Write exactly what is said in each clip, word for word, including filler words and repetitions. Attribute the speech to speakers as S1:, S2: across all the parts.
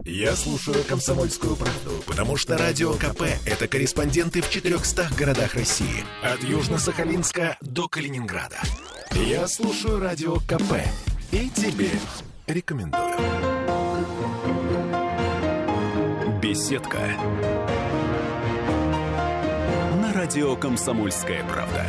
S1: Я слушаю «Комсомольскую правду», потому что Радио КП – это корреспонденты в четырехстах городах России. От Южно-Сахалинска до Калининграда. Я слушаю Радио КП и тебе рекомендую. Беседка. На радио «Комсомольская правда».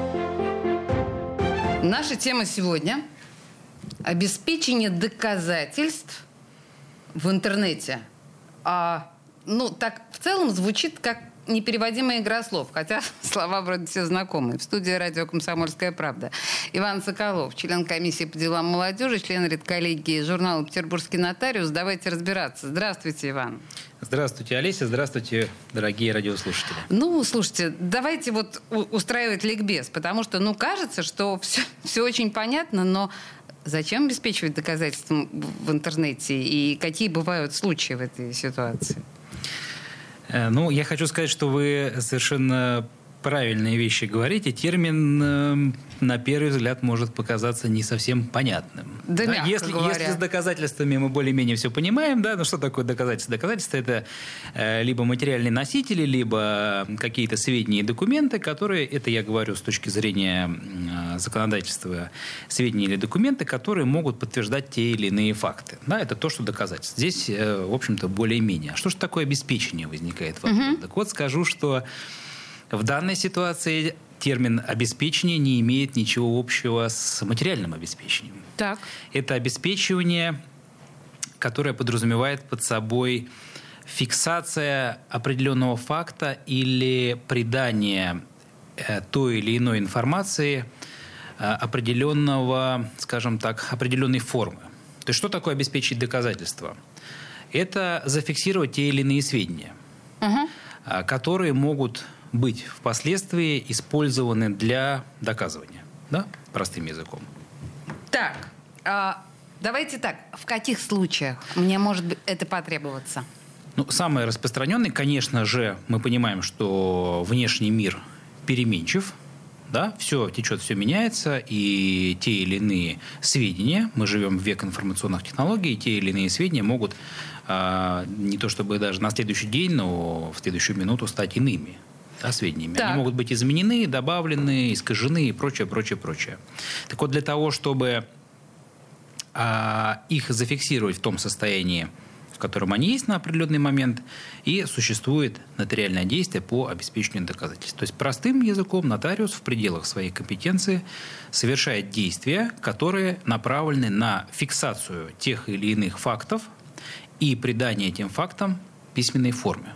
S2: Наша тема сегодня – обеспечение доказательств в интернете. А, ну, так в целом звучит как непереводимая игра слов, хотя слова вроде все знакомые. В студии радио «Комсомольская правда» Иван Соколов, член комиссии по делам молодежи, член редколлегии журнала «Петербургский нотариус». Давайте разбираться. Здравствуйте, Иван.
S3: Здравствуйте, Олеся. Здравствуйте, дорогие радиослушатели.
S2: Ну, слушайте, давайте вот устраивать ликбез, потому что, ну, кажется, что все, все очень понятно, но зачем обеспечивать доказательства в интернете и какие бывают случаи в этой ситуации?
S3: Ну, я хочу сказать, что вы совершенно правильные вещи говорите. Термин, э, на первый взгляд, может показаться не совсем понятным.
S2: Да,
S3: да?
S2: мягко
S3: если,
S2: говоря.
S3: если с доказательствами мы более-менее все понимаем, да, ну что такое доказательство? Доказательство – это э, либо материальные носители, либо какие-то сведения и документы, которые, это я говорю с точки зрения э, законодательства, сведения или документы, которые могут подтверждать те или иные факты. Да, это то, что доказательство. Здесь, э, в общем-то, более-менее. А что же такое обеспечение возникает? Uh-huh. Так вот, скажу, что в данной ситуации термин «обеспечение» не имеет ничего общего с материальным обеспечением.
S2: Так.
S3: Это обеспечивание, которое подразумевает под собой фиксация определенного факта или придание э, той или иной информации э, определенного, скажем так, определенной формы. То есть что такое обеспечить доказательства? Это зафиксировать те или иные сведения, uh-huh. э, которые могут быть впоследствии использованы для доказывания, да, простым языком.
S2: Так, а, давайте так. В каких случаях мне может это потребоваться?
S3: Ну, самый распространенный, конечно же, мы понимаем, что внешний мир переменчив, да, все течет, все меняется, и те или иные сведения, мы живем в век информационных технологий, и те или иные сведения могут а, не то чтобы даже на следующий день, но в следующую минуту стать иными. Да, сведениями. Так. Они могут быть изменены, добавлены, искажены и прочее, прочее, прочее. Так вот, для того, чтобы а, их зафиксировать в том состоянии, в котором они есть на определенный момент, и существует нотариальное действие по обеспечению доказательств. То есть, простым языком нотариус в пределах своей компетенции совершает действия, которые направлены на фиксацию тех или иных фактов и придание этим фактам письменной формы.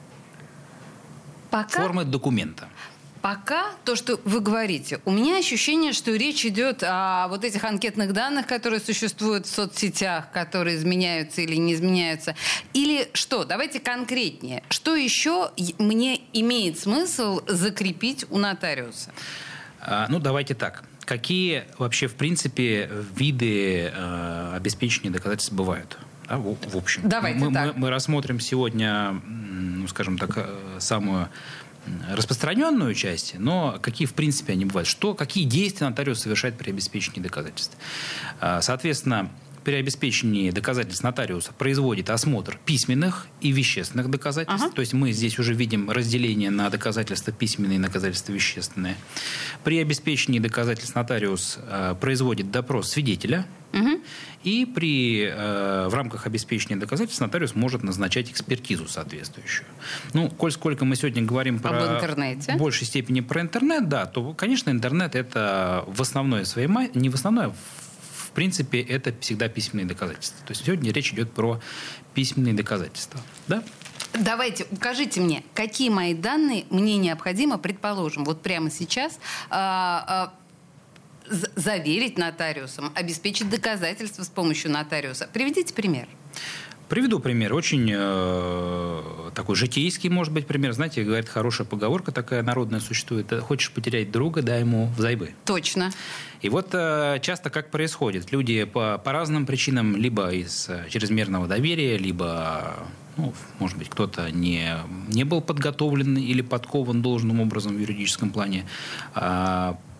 S2: Пока,
S3: формы документа.
S2: Пока то, что вы говорите, у меня ощущение, что речь идет о вот этих анкетных данных, которые существуют в соцсетях, которые изменяются или не изменяются. Или что? Давайте конкретнее. Что еще мне имеет смысл закрепить у нотариуса?
S3: А, ну, давайте так. Какие вообще, в принципе, виды э, обеспечения доказательств бывают? Да, в, в общем.
S2: Давайте
S3: мы,
S2: так.
S3: Мы, мы рассмотрим сегодня, ну, скажем так, самую распространенную часть, но какие, в принципе, они бывают? Что, какие действия нотариус совершает при обеспечении доказательств? Соответственно, при обеспечении доказательств нотариуса производит осмотр письменных и вещественных доказательств. Ага. То есть мы здесь уже видим разделение на доказательства письменные и доказательства вещественные. При обеспечении доказательств нотариус э, производит допрос свидетеля. Угу. И при, э, в рамках обеспечения доказательств нотариус может назначать экспертизу соответствующую. Ну, коль сколько мы сегодня говорим про,
S2: об интернете,
S3: в большей степени про интернет, да, то, конечно, интернет это в основной своей, не в основной, а в принципе, это всегда письменные доказательства. То есть сегодня речь идет про письменные доказательства. Да?
S2: Давайте, укажите мне, какие мои данные мне необходимо, предположим, вот прямо сейчас а, а, заверить нотариусом, обеспечить доказательства с помощью нотариуса. Приведите пример.
S3: Приведу пример. Очень э, такой житейский, может быть, пример. Знаете, говорит, хорошая поговорка такая народная существует. Хочешь потерять друга, дай ему взаймы.
S2: Точно.
S3: И вот э, часто как происходит. Люди по, по разным причинам, либо из чрезмерного доверия, либо, ну, может быть, кто-то не, не был подготовлен или подкован должным образом в юридическом плане, э,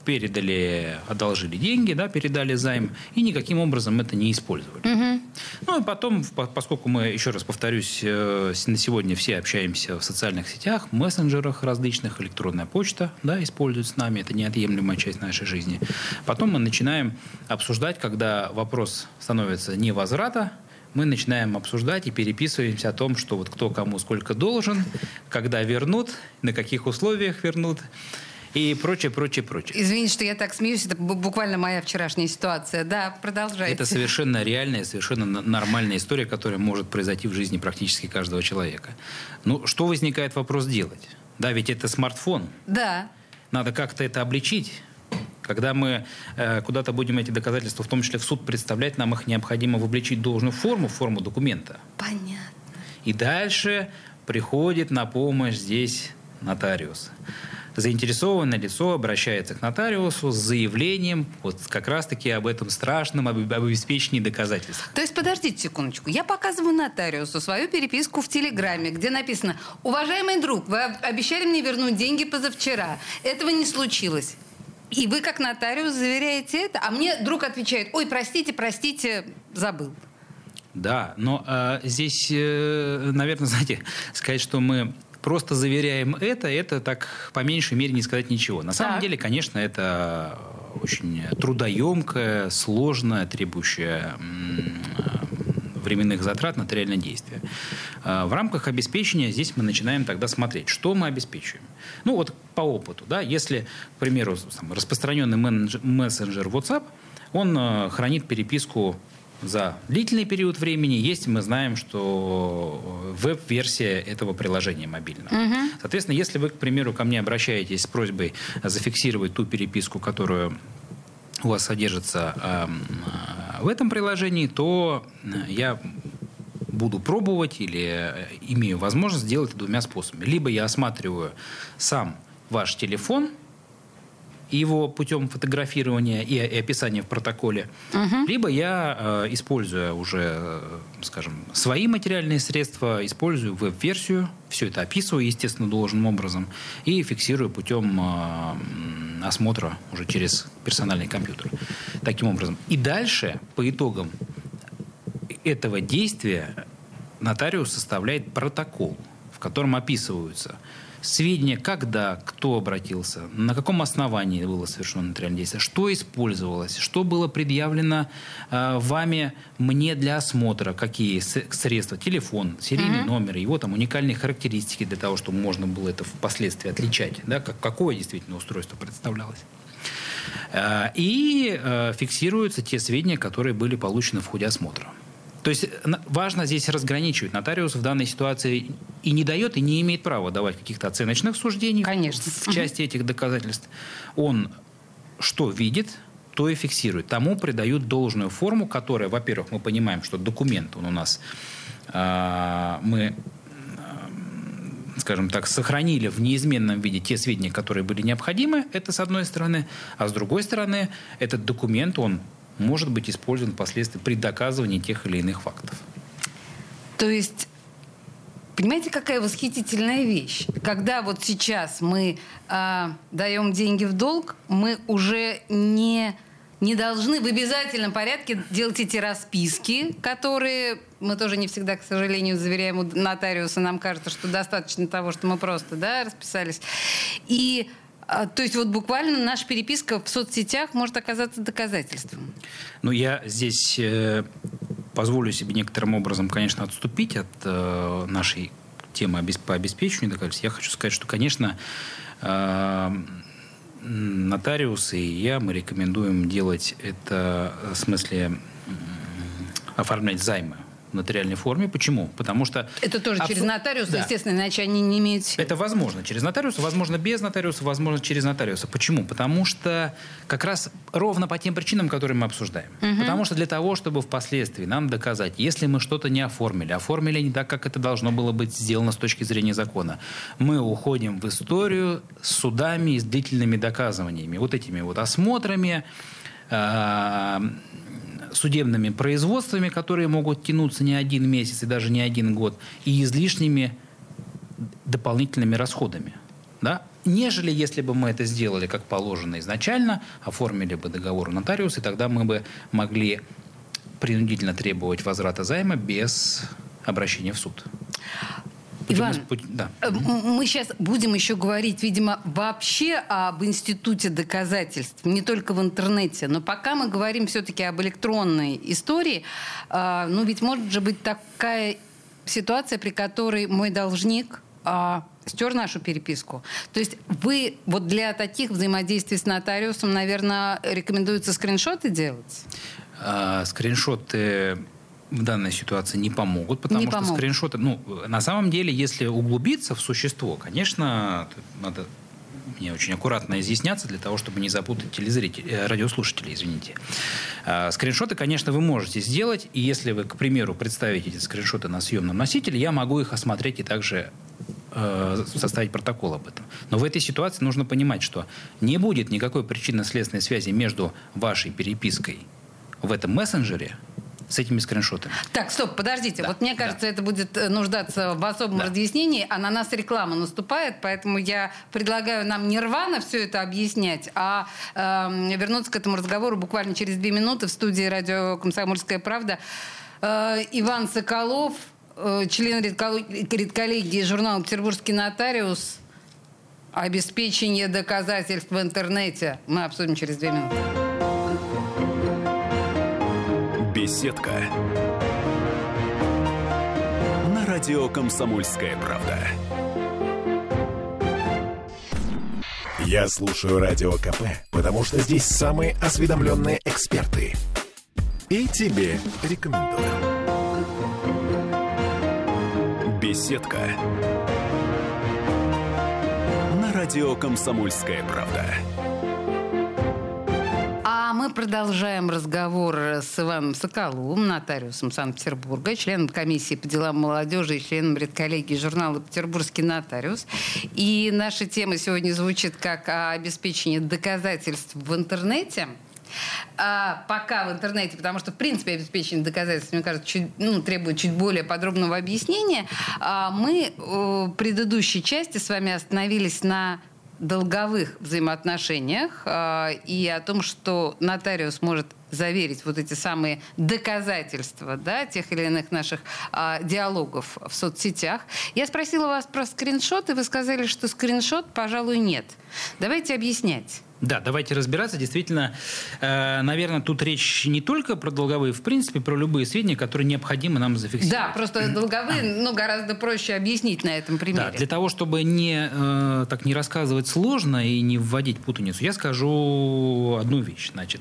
S3: передали, одолжили деньги, да, передали займ, и никаким образом это не использовали. Угу. Ну и потом, поскольку мы, еще раз повторюсь, на сегодня все общаемся в социальных сетях, мессенджерах различных, электронная почта, да, используют с нами, это неотъемлемая часть нашей жизни. Потом мы начинаем обсуждать, когда вопрос становится невозврата, мы начинаем обсуждать и переписываемся о том, что вот кто кому сколько должен, когда вернут, на каких условиях вернут. И прочее, прочее, прочее.
S2: Извините, что я так смеюсь, это буквально моя вчерашняя ситуация. Да, продолжайте.
S3: Это совершенно реальная, совершенно нормальная история, которая может произойти в жизни практически каждого человека. Ну, что возникает вопрос делать? Да, ведь это смартфон.
S2: Да. Надо
S3: как-то это обличить. Когда мы э, куда-то будем эти доказательства, в том числе в суд, представлять, нам их необходимо обличить в должную форму, форму документа.
S2: Понятно.
S3: И дальше приходит на помощь здесь нотариус. Заинтересованное лицо обращается к нотариусу с заявлением вот как раз-таки об этом страшном об обеспечении доказательств.
S2: То есть, подождите секундочку. Я показываю нотариусу свою переписку в Телеграме, где написано: «Уважаемый друг, вы обещали мне вернуть деньги позавчера. Этого не случилось». И вы, как нотариус, заверяете это? А мне друг отвечает: «Ой, простите, простите, забыл».
S3: Да, но э, здесь, э, наверное, знаете, сказать, что мы просто заверяем это, это так по меньшей мере не сказать ничего. На самом так. деле, конечно, это очень трудоемкое, сложное, требующее временных затрат нотариальное действие. В рамках обеспечения здесь мы начинаем тогда смотреть, что мы обеспечиваем. Ну вот по опыту, да, если, к примеру, там, распространенный мессенджер WhatsApp, он хранит переписку за длительный период времени, есть, мы знаем, что веб-версия этого приложения мобильного. Угу. Соответственно, если вы, к примеру, ко мне обращаетесь с просьбой зафиксировать ту переписку, которую у вас содержится э, в этом приложении, то я буду пробовать или имею возможность сделать это двумя способами. Либо я осматриваю сам ваш телефон, его путем фотографирования и описания в протоколе, угу. либо я, э, используя уже, скажем, свои материальные средства, использую веб-версию, все это описываю, естественно, должным образом, и фиксирую путем э, осмотра уже через персональный компьютер. Таким образом. И дальше, по итогам этого действия, нотариус составляет протокол, в котором описываются сведения, когда, кто обратился, на каком основании было совершено нотариальное действие, что использовалось, что было предъявлено э, вами мне для осмотра, какие средства, телефон, серийный uh-huh. номер, его там уникальные характеристики для того, чтобы можно было это впоследствии отличать, да, как, какое действительно устройство представлялось. Э, и э, фиксируются те сведения, которые были получены в ходе осмотра. То есть важно здесь разграничивать. Нотариус в данной ситуации и не дает, и не имеет права давать каких-то оценочных суждений
S2: Конечно.
S3: в части этих доказательств. Он что видит, то и фиксирует. Тому придают должную форму, которая, во-первых, мы понимаем, что документ он у нас э, мы, э, скажем так, сохранили в неизменном виде те сведения, которые были необходимы. Это с одной стороны. А с другой стороны, этот документ, он может быть использован впоследствии при доказывании тех или иных фактов.
S2: То есть, понимаете, какая восхитительная вещь? Когда вот сейчас мы э, даем деньги в долг, мы уже не, не должны в обязательном порядке делать эти расписки, которые мы тоже не всегда, к сожалению, заверяем у нотариуса. Нам кажется, что достаточно того, что мы просто да, расписались. И то есть вот буквально наша переписка в соцсетях может оказаться доказательством.
S3: Ну, я здесь э, позволю себе некоторым образом, конечно, отступить от э, нашей темы обесп- по обеспечению доказательств. Я хочу сказать, что, конечно, э, нотариусы и я, мы рекомендуем делать это в смысле э, оформлять займы в нотариальной форме. Почему? Потому что...
S2: Это тоже абсу... через нотариуса, да. Естественно, иначе они не имеют силы.
S3: Это возможно через нотариуса, возможно без нотариуса, возможно через нотариуса. Почему? Потому что как раз ровно по тем причинам, которые мы обсуждаем. Угу. Потому что для того, чтобы впоследствии нам доказать, если мы что-то не оформили, оформили не так, как это должно было быть сделано с точки зрения закона, мы уходим в историю с судами и с длительными доказываниями, вот этими вот осмотрами, судебными производствами, которые могут тянуться не один месяц и даже не один год, и излишними дополнительными расходами. Да? нежели если бы мы это сделали как положено изначально, оформили бы договор нотариус, и тогда мы бы могли принудительно требовать возврата займа без обращения в суд.
S2: Иван,
S3: да.
S2: мы сейчас будем еще говорить, видимо, вообще об институте доказательств, не только в интернете. Но пока мы говорим все-таки об электронной истории, ну ведь может же быть такая ситуация, при которой мой должник стер нашу переписку. То есть вы вот для таких взаимодействий с нотариусом, наверное, рекомендуется скриншоты делать?
S3: А, скриншоты в данной ситуации не помогут, потому
S2: не
S3: что
S2: помогут.
S3: скриншоты... Ну, на самом деле, если углубиться в существо, конечно, надо мне очень аккуратно изъясняться для того, чтобы не запутать телезрителей, радиослушателей, извините. А, скриншоты, конечно, вы можете сделать, и если вы, к примеру, представите эти скриншоты на съемном носителе, я могу их осмотреть и также э, составить протокол об этом. Но в этой ситуации нужно понимать, что не будет никакой причинно-следственной связи между вашей перепиской в этом мессенджере с этими скриншотами.
S2: Так, стоп, подождите.
S3: Да,
S2: вот мне кажется,
S3: да.
S2: это будет нуждаться в особом
S3: Да.
S2: разъяснении, а на нас реклама наступает, поэтому я предлагаю нам не рвано все это объяснять, а э, вернуться к этому разговору буквально через две минуты в студии радио «Комсомольская правда». Э, Иван Соколов, э, член редколлегии журнала «Петербургский нотариус». Обеспечение доказательств в интернете. Мы обсудим через две минуты.
S1: Беседка. На радио «Комсомольская правда». Я слушаю радио КП, потому что здесь самые осведомленные эксперты. И тебе рекомендую. Беседка. На радио «Комсомольская правда».
S2: А мы продолжаем разговор с Иваном Соколовым, нотариусом Санкт-Петербурга, членом комиссии по делам молодежи и членом редколлегии журнала «Петербургский нотариус». И наша тема сегодня звучит как обеспечение доказательств в интернете. А пока в интернете, потому что, в принципе, обеспечение доказательств, мне кажется, чуть, ну, требует чуть более подробного объяснения. А мы в предыдущей части с вами остановились на долговых взаимоотношениях э, и о том, что нотариус может заверить вот эти самые доказательства, да, тех или иных наших э, диалогов в соцсетях. Я спросила вас про скриншоты, вы сказали, что скриншот, пожалуй, нет. Давайте объяснять.
S3: Да, давайте разбираться. Действительно, э, наверное, тут речь не только про долговые, в принципе, про любые сведения, которые необходимо нам зафиксировать.
S2: Да, просто долговые, ну, гораздо проще объяснить на этом примере.
S3: Да, для того, чтобы не, э, так не рассказывать сложно и не вводить путаницу, я скажу одну вещь. Значит,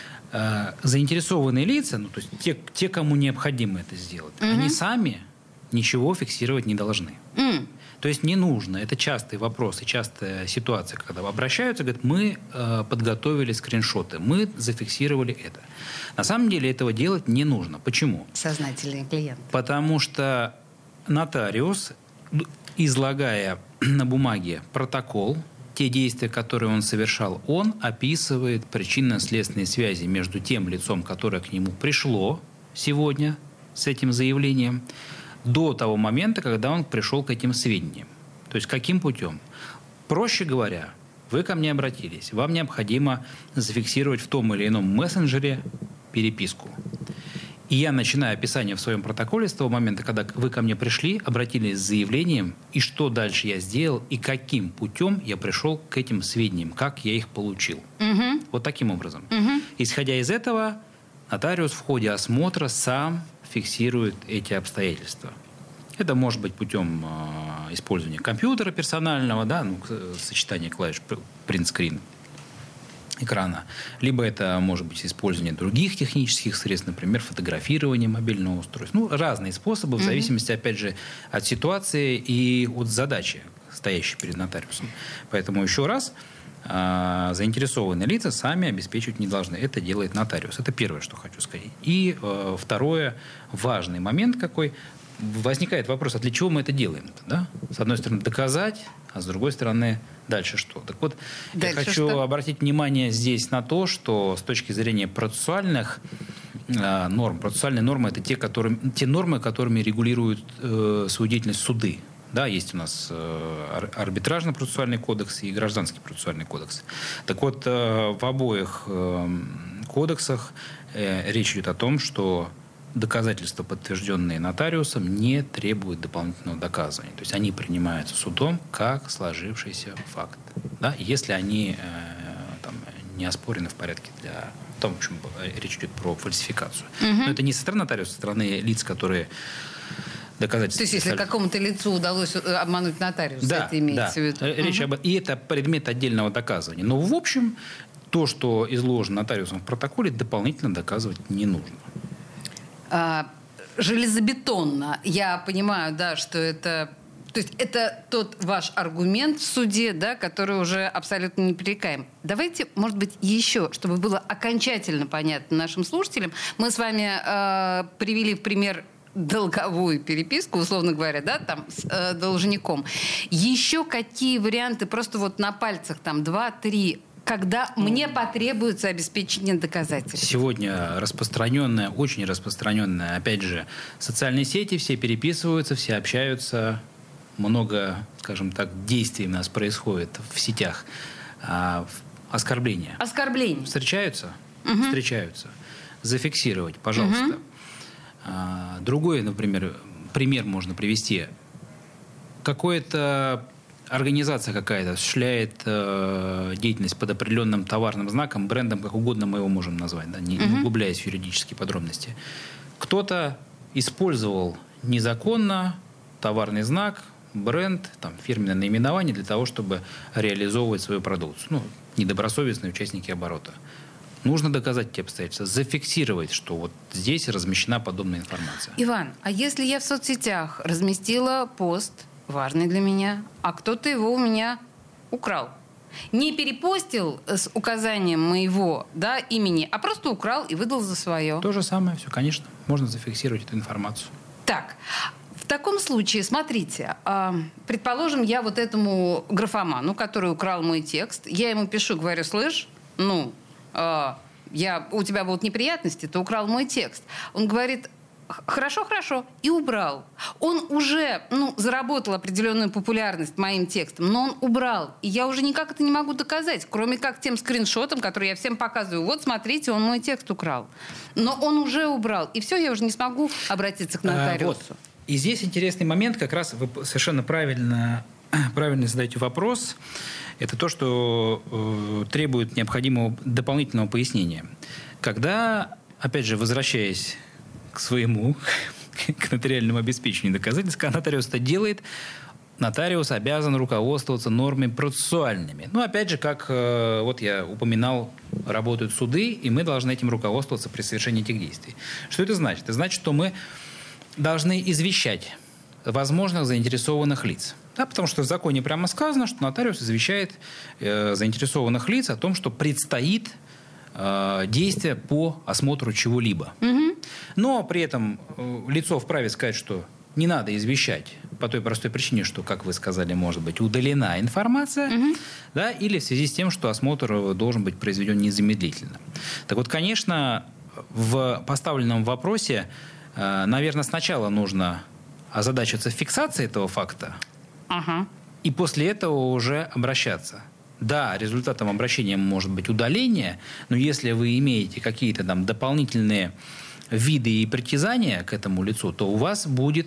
S3: э, заинтересованные лица, ну, то есть те, те, кому необходимо это сделать, угу. они сами ничего фиксировать не должны. Mm. То есть не нужно. Это частый вопрос и частая ситуация, когда обращаются, говорят, мы э, подготовили скриншоты, мы зафиксировали это. На самом деле этого делать не нужно. Почему?
S2: Сознательный клиент.
S3: Потому что нотариус, излагая на бумаге протокол, те действия, которые он совершал, он описывает причинно-следственные связи между тем лицом, которое к нему пришло сегодня с этим заявлением, до того момента, когда он пришел к этим сведениям. То есть каким путем? Проще говоря, вы ко мне обратились, вам необходимо зафиксировать в том или ином мессенджере переписку. И я начинаю описание в своем протоколе с того момента, когда вы ко мне пришли, обратились с заявлением, и что дальше я сделал, и каким путем я пришел к этим сведениям, как я их получил. Угу. Вот таким образом. Угу. Исходя из этого, нотариус в ходе осмотра сам фиксирует эти обстоятельства. Это может быть путем э, использования компьютера персонального, да, ну, сочетания клавиш print-screen экрана. Либо это может быть использование других технических средств, например, фотографирование мобильного устройства. Ну, разные способы, в зависимости, опять же, от ситуации и от задачи, стоящей перед нотариусом. Поэтому еще раз, э, заинтересованные лица сами обеспечивать не должны. Это делает нотариус. Это первое, что хочу сказать. И э, второе, важный момент какой. Возникает вопрос, а для чего мы это делаем? Да? С одной стороны, доказать, а с другой стороны, дальше что? Так вот, дальше я хочу что? обратить внимание здесь на то, что с точки зрения процессуальных э, норм, процессуальные нормы – это те, которые, те нормы, которыми регулируют э, свою деятельность суды. Да, есть у нас э, арбитражно-процессуальный кодекс и гражданский процессуальный кодекс. Так вот, э, в обоих э, кодексах э, речь идет о том, что доказательства, подтвержденные нотариусом, не требуют дополнительного доказывания. То есть они принимаются судом как сложившийся факт. Да, если они э, там, не оспорены в порядке для... В том, в общем, речь идет про фальсификацию. Угу. Но это не со стороны нотариуса, со стороны лиц, которые... доказательства.
S2: То есть, если какому-то лицу удалось обмануть нотариуса,
S3: да,
S2: это имеется
S3: да.
S2: в виду?
S3: Речь
S2: угу.
S3: об... И это предмет отдельного доказывания. Но, в общем, то, что изложено нотариусом в протоколе, дополнительно доказывать не нужно.
S2: А, железобетонно. Я понимаю, да, что это... То есть это тот ваш аргумент в суде, да, который уже абсолютно непререкаем. Давайте, может быть, еще, чтобы было окончательно понятно нашим слушателям, мы с вами э, привели в пример долговую переписку, условно говоря, да, там, с э, должником. Еще какие варианты, просто вот на пальцах, там, два-три, когда мне потребуется обеспечение доказательств?
S3: Сегодня распространенная, очень распространенная, опять же, социальные сети, все переписываются, все общаются, много, скажем так, действий у нас происходит в сетях. А, оскорбления.
S2: Оскорбления.
S3: Встречаются?
S2: Угу.
S3: Встречаются. Зафиксировать, пожалуйста. Угу. А, другой, например, пример можно привести. Какая-то организация какая-то осуществляет э, деятельность под определенным товарным знаком, брендом, как угодно мы его можем назвать, да, не, угу. не углубляясь в юридические подробности. Кто-то использовал незаконно товарный знак, бренд, там, фирменное наименование для того, чтобы реализовывать свою продукцию. Ну, недобросовестные участники оборота. Нужно доказать эти обстоятельства, зафиксировать, что вот здесь размещена подобная информация.
S2: Иван, а если я в соцсетях разместила пост, важный для меня, а кто-то его у меня украл? Не перепостил с указанием моего, да, имени, а просто украл и выдал за свое.
S3: То же самое, все, конечно. Можно зафиксировать эту информацию.
S2: Так, в таком случае, смотрите, предположим, я вот этому графоману, который украл мой текст, я ему пишу, говорю, слышь, ну, я, у тебя будут неприятности, ты украл мой текст. Он говорит, хорошо, хорошо, и убрал. Он уже, ну, заработал определенную популярность моим текстом, но он убрал. И я уже никак это не могу доказать, кроме как тем скриншотом, который я всем показываю. Вот, смотрите, он мой текст украл. Но он уже убрал. И все, я уже не смогу обратиться к нотариусу.
S3: А, вот. И здесь интересный момент, как раз вы совершенно правильно, правильно задаете вопрос. Это то, что э, требует необходимого дополнительного пояснения. Когда, опять же, возвращаясь к своему, к нотариальному обеспечению доказательств, когда нотариус это делает, нотариус обязан руководствоваться нормами процессуальными. Ну, опять же, как э, вот я упоминал, работают суды, и мы должны этим руководствоваться при совершении этих действий. Что это значит? Это значит, что мы должны извещать возможных заинтересованных лиц. Да, потому что в законе прямо сказано, что нотариус извещает э, заинтересованных лиц о том, что предстоит э, действие по осмотру чего-либо. Угу. Но при этом э, лицо вправе сказать, что не надо извещать по той простой причине, что, как вы сказали, может быть удалена информация, угу. да, или в связи с тем, что осмотр должен быть произведен незамедлительно. Так вот, конечно, в поставленном вопросе, э, наверное, сначала нужно озадачиться фиксацией этого факта, ага. и после этого уже обращаться. Да, результатом обращения может быть удаление, но если вы имеете какие-то там дополнительные виды и притязания к этому лицу, то у вас будет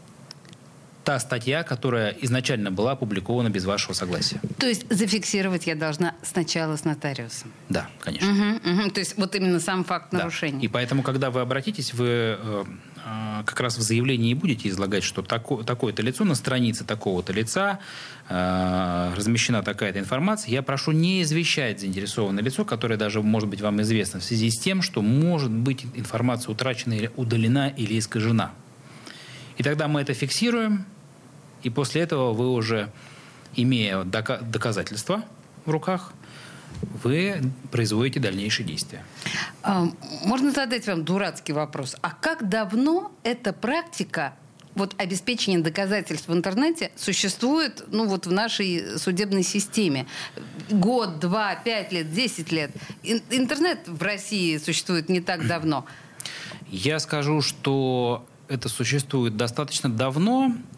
S3: та статья, которая изначально была опубликована без вашего согласия.
S2: То есть зафиксировать я должна сначала с нотариусом?
S3: Да, конечно.
S2: Угу, угу. То есть вот именно сам факт нарушения.
S3: Да. И поэтому, когда вы обратитесь, вы э, э, как раз в заявлении будете излагать, что тако, такое-то лицо на странице такого-то лица э, размещена такая-то информация. Я прошу не извещать заинтересованное лицо, которое даже может быть вам известно в связи с тем, что может быть информация утрачена или удалена или искажена. И тогда мы это фиксируем, и после этого вы уже, имея дока- доказательства в руках, вы производите дальнейшие действия.
S2: Можно задать вам дурацкий вопрос. А как давно эта практика вот, обеспечения доказательств в интернете существует, ну, вот, в нашей судебной системе? Год, два, пять лет, десять лет. Интернет в России существует не так давно.
S3: Я скажу, что это существует достаточно давно.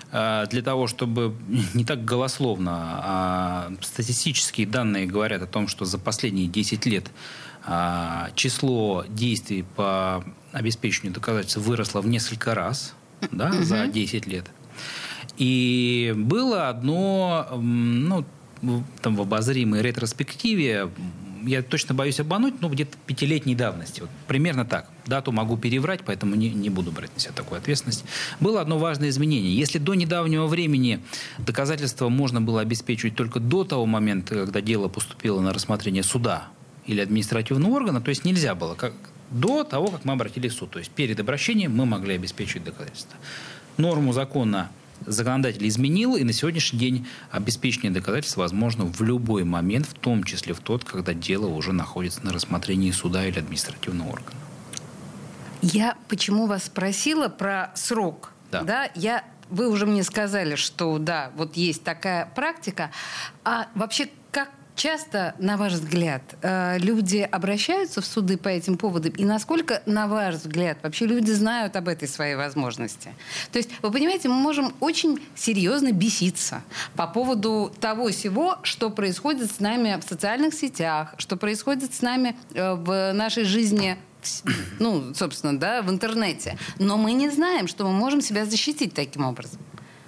S3: для того, чтобы не так голословно, а статистические данные говорят о том, что за последние десять лет число действий по обеспечению доказательств выросло в несколько раз, да, угу. за десять лет. И было одно, ну, там в обозримой ретроспективе, я точно боюсь обмануть, ну, где-то пятилетней давности. Вот, примерно так. Дату могу переврать, поэтому не, не буду брать на себя такую ответственность. Было одно важное изменение. Если до недавнего времени доказательства можно было обеспечивать только до того момента, когда дело поступило на рассмотрение суда или административного органа, то есть нельзя было, как, до того, как мы обратились в суд. То есть перед обращением мы могли обеспечивать доказательства. Норму закона законодатель изменил, и на сегодняшний день обеспечение доказательств возможно в любой момент, в том числе в тот, когда дело уже находится на рассмотрении суда или административного органа.
S2: Я почему вас спросила про срок?
S3: Да.
S2: Да, я, вы уже мне сказали, что да, вот есть такая практика. А вообще, как часто, на ваш взгляд, люди обращаются в суды по этим поводам? И насколько, на ваш взгляд, вообще люди знают об этой своей возможности? То есть, вы понимаете, мы можем очень серьезно беситься по поводу того-сего, что происходит с нами в социальных сетях, что происходит с нами в нашей жизни, ну, собственно, да, в интернете. Но мы не знаем, что мы можем себя защитить таким образом.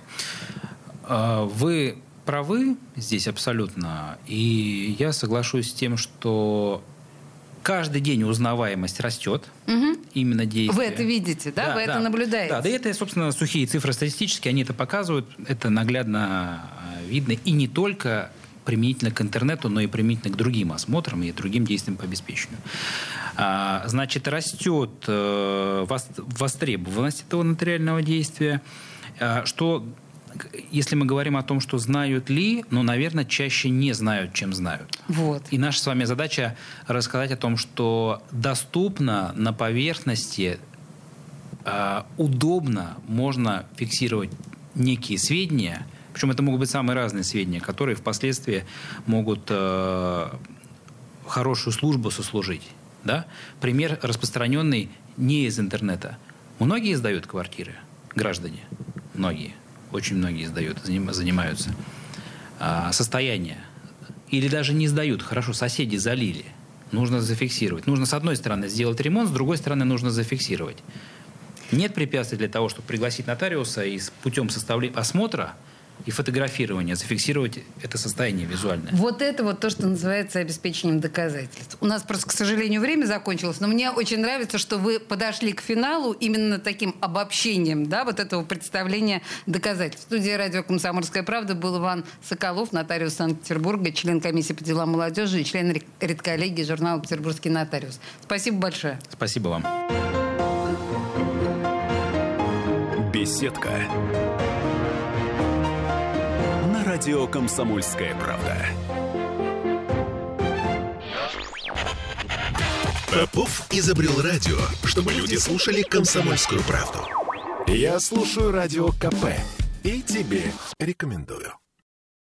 S3: Вы правы здесь абсолютно. И я соглашусь с тем, что каждый день узнаваемость растет. Угу. Именно действия.
S2: Вы это видите, да?
S3: да
S2: Вы
S3: да.
S2: это наблюдаете?
S3: Да, да, это, собственно, сухие цифры статистические, они это показывают. Это наглядно видно. И не только применительно к интернету, но и применительно к другим осмотрам и другим действиям по обеспечению. А, значит, растет э, востребованность этого нотариального действия, а, что... Если мы говорим о том, что знают ли, ну, наверное, чаще не знают, чем знают.
S2: Вот.
S3: И наша с вами задача рассказать о том, что доступно на поверхности, э, удобно можно фиксировать некие сведения, причем это могут быть самые разные сведения, которые впоследствии могут э, хорошую службу сослужить. Да? Пример распространенный не из интернета. Многие сдают квартиры, граждане, многие. Очень многие сдают, занимаются. А, состояние. Или даже не сдают. Хорошо, соседи залили. Нужно зафиксировать. Нужно, с одной стороны, сделать ремонт, с другой стороны, нужно зафиксировать. Нет препятствий для того, чтобы пригласить нотариуса и с путем составления осмотра и фотографирования зафиксировать это состояние визуальное.
S2: Вот это вот то, что называется обеспечением доказательств. У нас просто, к сожалению, время закончилось, но мне очень нравится, что вы подошли к финалу именно таким обобщением, да, вот этого представления доказательств. В студии радио «Комсомольская правда» был Иван Соколов, нотариус Санкт-Петербурга, член комиссии по делам молодежи и член редколлегии журнала «Петербургский нотариус». Спасибо большое.
S3: Спасибо вам.
S1: Беседка. Радио «Комсомольская правда». Попов изобрел радио, чтобы люди слушали «Комсомольскую правду». Я слушаю радио ка пэ и тебе рекомендую.